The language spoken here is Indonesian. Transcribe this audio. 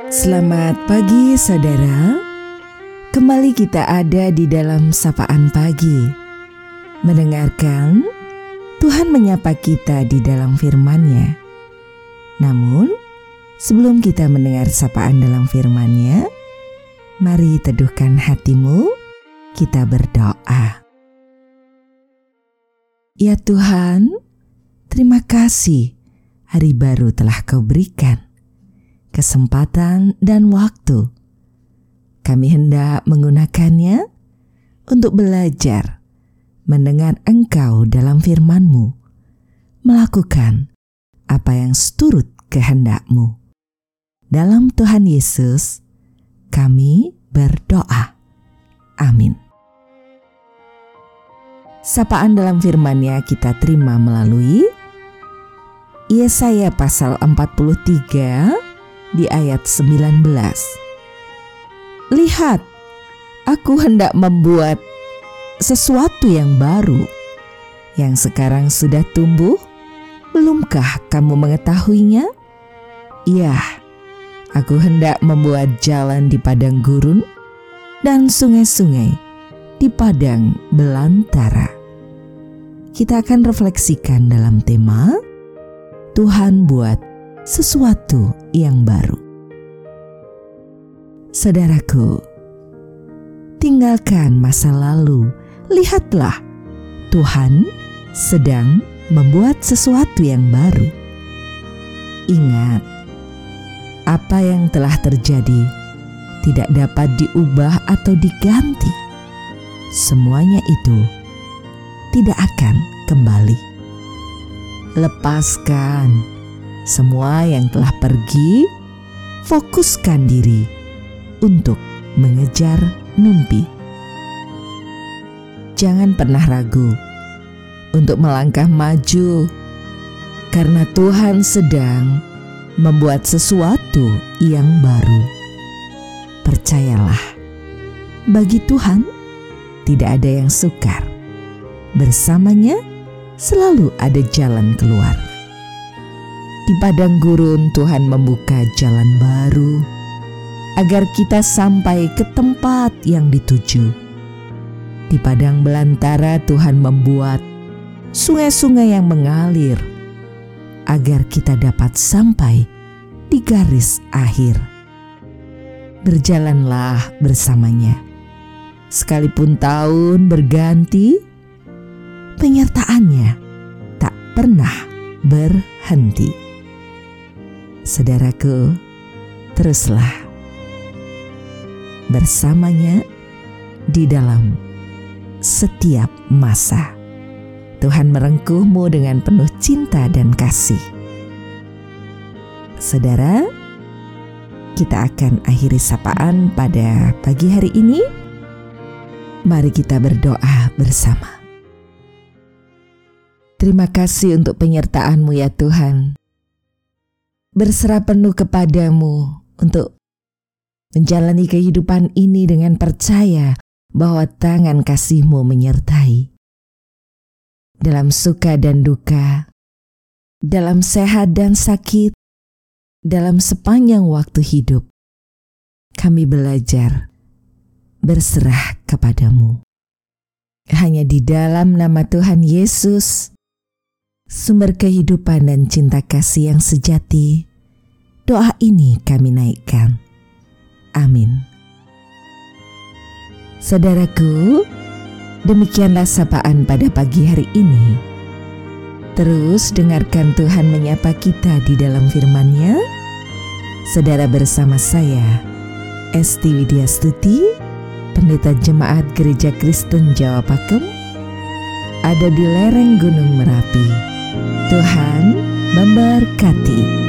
Selamat pagi saudara. Kembali kita ada di dalam Sapaan Pagi, mendengarkan Tuhan menyapa kita di dalam firman-Nya. Namun, sebelum kita mendengar sapaan dalam firman-Nya, mari teduhkan hatimu, kita berdoa. Ya Tuhan, terima kasih hari baru telah Kau berikan, kesempatan dan waktu. Kami hendak menggunakannya untuk belajar, mendengar Engkau dalam firman-Mu, melakukan apa yang seturut kehendak-Mu. Dalam Tuhan Yesus, kami berdoa. Amin. Sapaan dalam firman-Nya kita terima melalui Yesaya pasal 43 di ayat 19. Lihat, aku hendak membuat sesuatu yang baru, yang sekarang sudah tumbuh. Belumkah kamu mengetahuinya? Ya, aku hendak membuat jalan di padang gurun dan sungai-sungai di padang belantara. Kita akan refleksikan dalam tema Tuhan buat sesuatu yang baru. Saudaraku, tinggalkan masa lalu. Lihatlah, Tuhan sedang membuat sesuatu yang baru. Ingat, apa yang telah terjadi tidak dapat diubah atau diganti. Semuanya itu tidak akan kembali. Lepaskan semua yang telah pergi, fokuskan diri untuk mengejar mimpi. Jangan pernah ragu untuk melangkah maju, karena Tuhan sedang membuat sesuatu yang baru. Percayalah, bagi Tuhan tidak ada yang sukar. Bersamanya selalu ada jalan keluar. Di padang gurun Tuhan membuka jalan baru agar kita sampai ke tempat yang dituju. Di padang belantara Tuhan membuat sungai-sungai yang mengalir agar kita dapat sampai di garis akhir. Berjalanlah bersamanya. Sekalipun tahun berganti, penyertaannya tak pernah berhenti. Saudaraku, teruslah bersamanya di dalam setiap masa. Tuhan merengkuhmu dengan penuh cinta dan kasih. Saudara, kita akan akhiri sapaan pada pagi hari ini. Mari kita berdoa bersama. Terima kasih untuk penyertaan-Mu ya Tuhan. Berserah penuh kepadamu untuk menjalani kehidupan ini dengan percaya bahwa tangan kasih-Mu menyertai. Dalam suka dan duka, dalam sehat dan sakit, dalam sepanjang waktu hidup, kami belajar berserah kepadamu. Hanya di dalam nama Tuhan Yesus, sumber kehidupan dan cinta kasih yang sejati, doa ini kami naikkan. Amin. Saudaraku, demikianlah sapaan pada pagi hari ini. Terus dengarkan Tuhan menyapa kita di dalam firman-Nya. Saudara bersama saya, Esti Widyastuti, Pendeta Jemaat Gereja Kristen Jawa Pakem, ada di lereng Gunung Merapi. Tuhan memberkati.